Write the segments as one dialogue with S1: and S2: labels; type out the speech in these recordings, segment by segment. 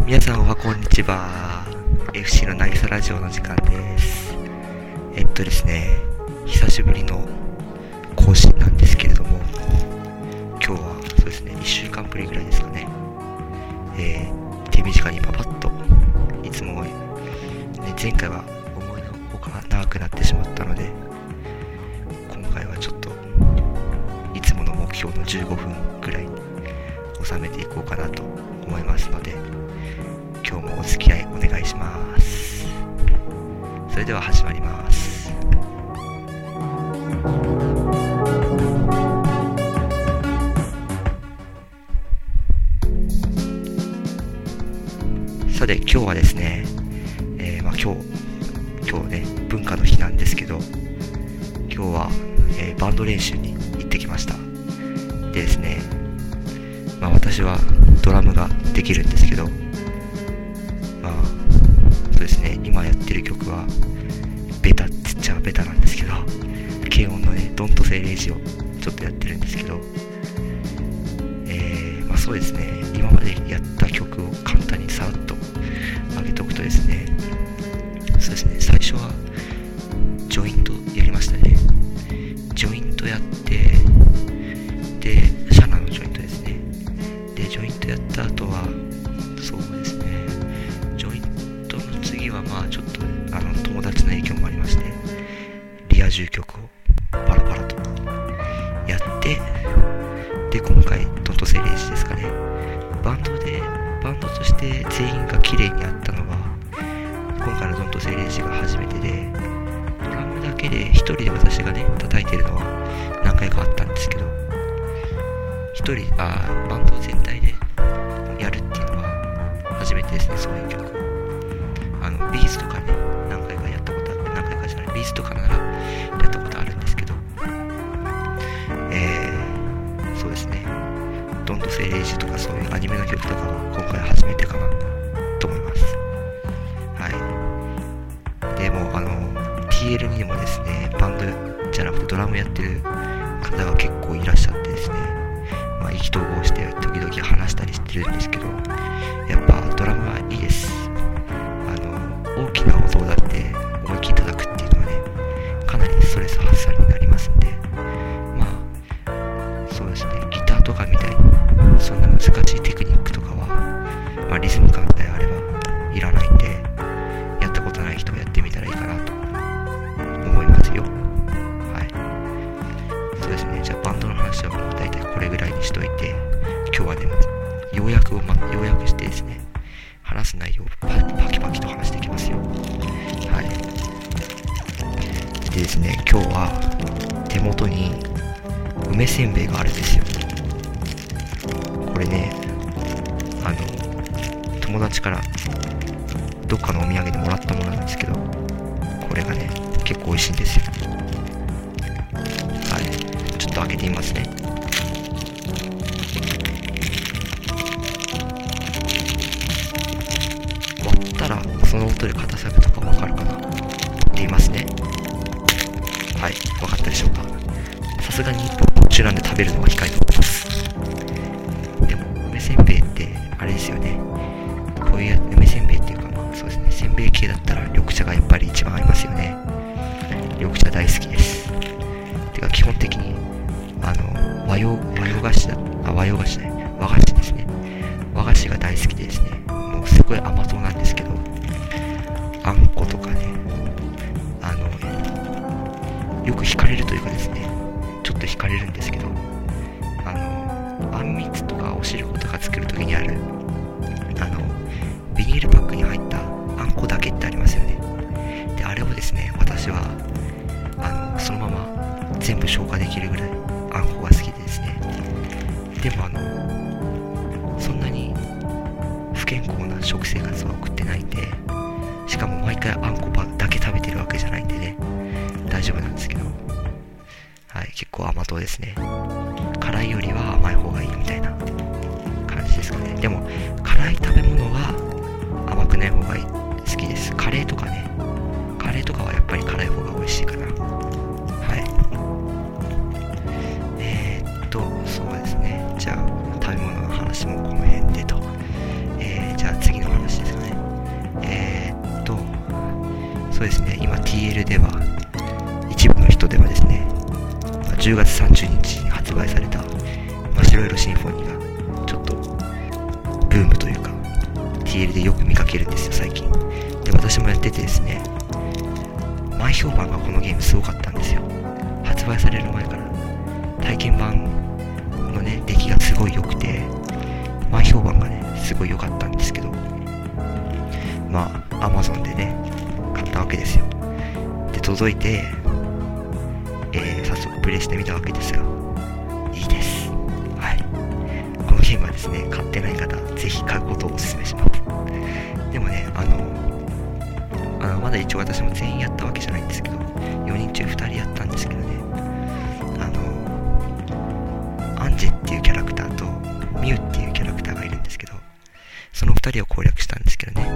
S1: 皆さんはこんにちは。 FC の渚ラジオの時間です。ですね、久しぶりの更新なんですけれども、今日はそうですね、1週間ぶりぐらいですかね。手短にパパッと、いつも、ね、前回は思いのほか長くなってしまったので、今回はちょっといつもの目標の15分ぐらいに収めていこうかなと思いますので、今日もお付き合いお願いします。それでは始まります。さて今日はですね、今日ね文化の日なんですけど、今日は、バンド練習に行ってきました。でですね、私はドラムができるんですけど、そうですね、今やってる曲はベタって言っちゃベタなんですけど、軽音のねドントセイレイジをちょっとやってるんですけど、そうですね、今までやった曲を簡単にさらっと上げておくとですね、そうですね、最初はジョイントやりましたね。ジョイントやって、でシャナのジョイントですね。でジョイントやった後はそうですね、ジョイントの次はちょっと友達の影響もありまして、リア充曲をパラパラとやって、で今回ドントセイレイジですかね。バンドとして全員が綺麗にやったのは今回のドントセイレイジが初めてで、ドラムだけで一人で私がね叩いてるのは何回かあったんですけど、バンド全体でやるっていうのは初めてですね。そういう曲ビーズとかね何回かやったことあって、何回かじゃない、ビーズとかならやったことあるんですけど、そうですね、ドントセイレイジとかそういうアニメの曲とかは今回初めてかなと思います。はい。でもTL にもですね、バンドじゃなくてドラムやってる方が結構いらっしゃってですね、意気投合して時々話したりしてるんですけど、やっぱドラムはいいです。大きな音をだって思いっきり叩くっていうのはね、かなりストレス発散になりますんで、そうですね、ギターとかみたいにそんな難しいテクニックとかは、リズム感であればいらないんで、やったことない人はやってみたらいいかなと思いますよ。はい。そうですね、じゃあバンドの話は大体これぐらいにしといて、今日はね、要約してですね、話す内容をパキパキと話していきますよ。はい。でですね、今日は手元に梅せんべいがあるんですよ。これね、友達からどっかのお土産でもらったものなんですけど、これがね結構美味しいんですよ。はい、ちょっと開けてみますね。割ったらその音で硬さとか分かるかなって言いますね。はい、分かったでしょうか。さすがに途中なんで食べるのは控えておきます。でも梅せんべいってあれですよね、こういう梅せんべいっていうか、そうですね、せんべい系だったら緑茶がやっぱり一番合いますよね。緑茶大好きです。てか基本的に和菓子ですね。和菓子が大好きでですね、もうすごい甘党なんですけど、あんことかね、よく惹かれるというかですね、ちょっと惹かれるんですけど、あんみつとかお汁粉とか作るときにあるビニールパックに入ったあんこだけってありますよね。であれをですね、私はそのまま全部消化できるぐらいあんこが好きでですね、でもそんなに不健康な食生活は送ってないんで、しかも毎回あんこだけ食べてるわけじゃないんでね、大丈夫なんですけど、はい、結構甘党ですね。辛いよりは甘い方がいいみたいな感じですかね。でも辛い食べ物は甘くない方が好きです。カレーとかはやっぱり辛い方が美味しいかな。はい。そうですね、じゃあ食べ物の話もこの辺でと、じゃあ次の話そうですね、今 TL では、一部の人ではですね、10月30日に発売された白色シンフォニーがちょっとブームというか TL でよく見かけるんですよ最近で。私もやっててですね、前評判がこのゲームすごかったんですよ。発売される前から体験版のね出来がすごい良くて、前評判がねすごい良かったんですけど、まあ Amazon でね買ったわけですよ。で届いて、早速プレイしてみたわけですが、いいです。はい。このゲームはですね、買ってない方ぜひ買うことをお勧めします。でもね、まだ一応私も全員やったわけじゃないんですけど、4人中2人やったんですけどね、アンジェっていうキャラクターとミュウっていうキャラクターがいるんですけど、その2人を攻略したんですけどね、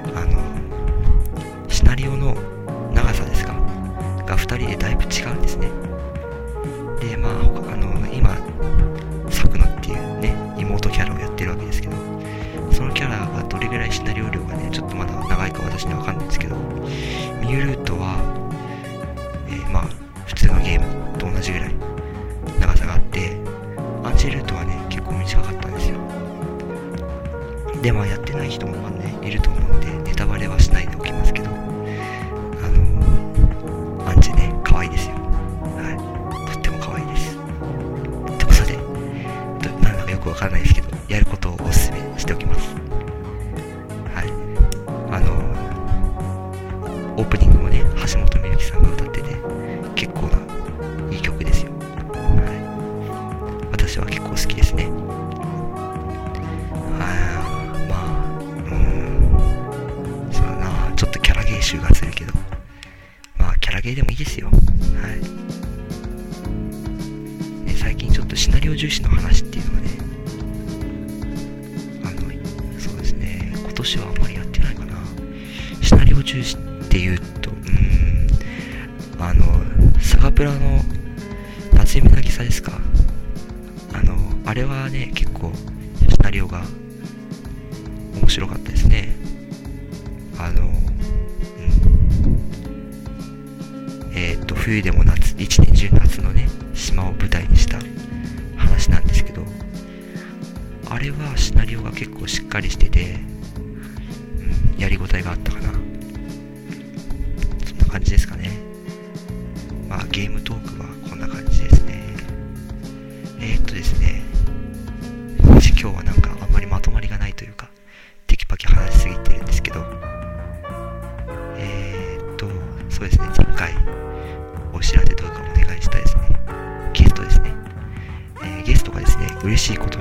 S1: シナリオの長さですかが2人でだいぶ違うんですね。で、まあ、今サクノっていうね妹キャラをやってるわけですけど、そのキャラがどれぐらいシナリオ量がねちょっとまだ長いか私には分かんないんですけど、ミュウルートは、まあ普通のゲームと同じぐらい長さがあって、アンジェルートはね結構短かったんですよ。で、まあやってない人もまあねいると思うんでネタバレはしないでおきますけど、アンジェね可愛いですよ。はい、とっても可愛いです。ってことで、なんだかよくわからないですけど、やることをお勧めしておきます。はい。オープニングもね、橋本美由紀さんが歌ってて、結構ないい曲ですよ。はい。私は結構好きですね。そうだな、ちょっとキャラゲー集がするけど、まあ、キャラゲーでもいいですよ。はい。最近ちょっとシナリオ重視の話っていうのはね、そうですね、今年はあんまりやってないかな。シナリオ重視っていうと、サガプラの夏夢渚ですか。あれはね、結構シナリオが面白かったですね。冬でも夏、一年中夏のね島を舞台にした話なんですけど、あれはシナリオが結構しっかりしてて、やりごたえがあったかな。そんな感じですかね。まあゲームトークはこんな感じですね。ですね、今日はなんかあんまりまとまりがないというかテキパキ話しすぎてるんですけど、そうですね、前回お知らせというかお願いしたですね、ゲストですね、ゲストがですね、嬉しいことに、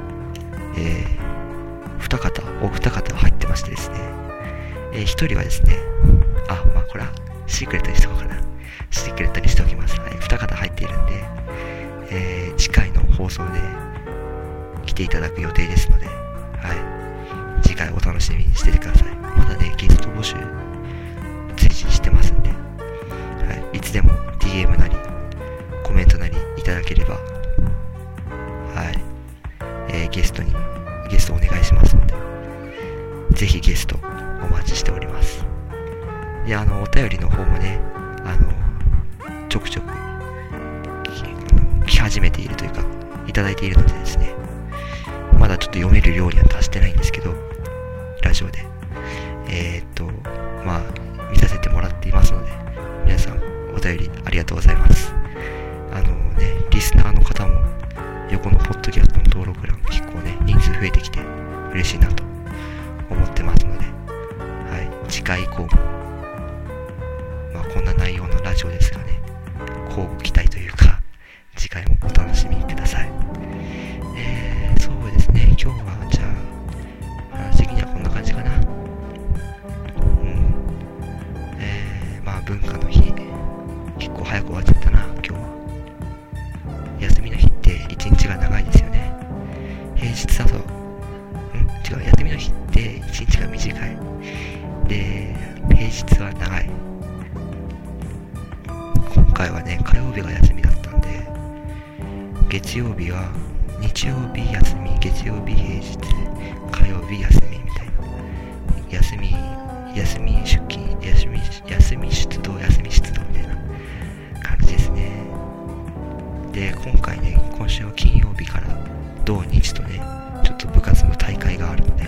S1: お二方入ってましてですね、一人はですね、まあこれはシークレットにしとこうかな。シークレットにしておきます。はい、二方入っているんで、次回の放送で来ていただく予定ですので、はい、次回お楽しみにしててください。まだね、ゲスト募集随時してますんで、はい、いつでも DM なりコメントなりいただければ、はい、ゲストお願いしますので、ぜひゲストお待ちしております。で、お便りの方もね、ちょくちょく来始めているというかいただいているのでですね、まだちょっと読める量には達してないんですけど、ラジオでまあ見させてもらっていますので、皆さんお便りありがとうございます。リスナーの方も横のポッドキャストの登録欄結構ね人数増えてきて嬉しいなと思ってますので、はい、次回以降もまあこんな内容のラジオですがね、交互期待というか次回もお楽しみください。そうですね、今日はじゃあ話的にはこんな感じかな。まあ文化の日結構早く終わっちゃったな。今日は休みの日って一日が長いですよね。平日だと休みの日って一日が短いで、平日は長い。今回はね、火曜日が休みだったんで、月曜日は日曜日休み、月曜日平日、火曜日休みみたいな、休み休み出勤、休み出動、休み出動みたいな感じですね。で、今週は金曜日から土日とね、ちょっと部活の大会があるので、はい。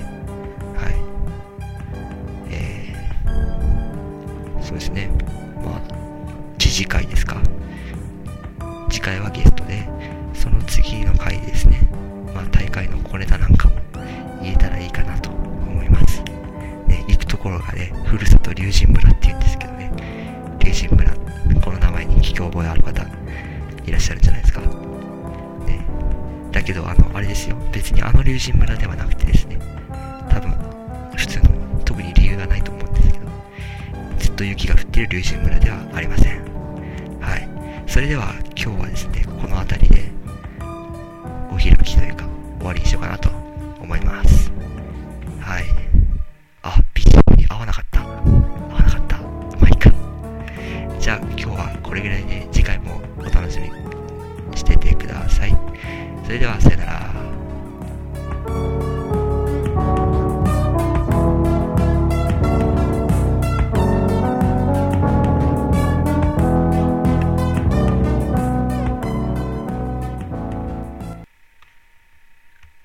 S1: そうですね。まあ、次回ですか。次回はゲストで、その次の回でですね、まあ大会の小ネタなんかも言えたらいいかなと思います。ね、行くところがね、ふるさと龍神村って言うんですけどね、龍神村、この名前に聞き覚えある方いらっしゃるんじゃないですか。ね、だけどあれですよ、別に龍神村ではなくてですね、多分普通の特に理由がないと思うんですけど、ずっと雪が降っている龍神村ではありません。はい。それでは今日はですね、この辺りでお開きというか終わりにしようかなと思います。はい。BGM に合わなかった。まあいいか。じゃあ今日はこれぐらいで、次回もお楽しみにしててください。それではさよなら。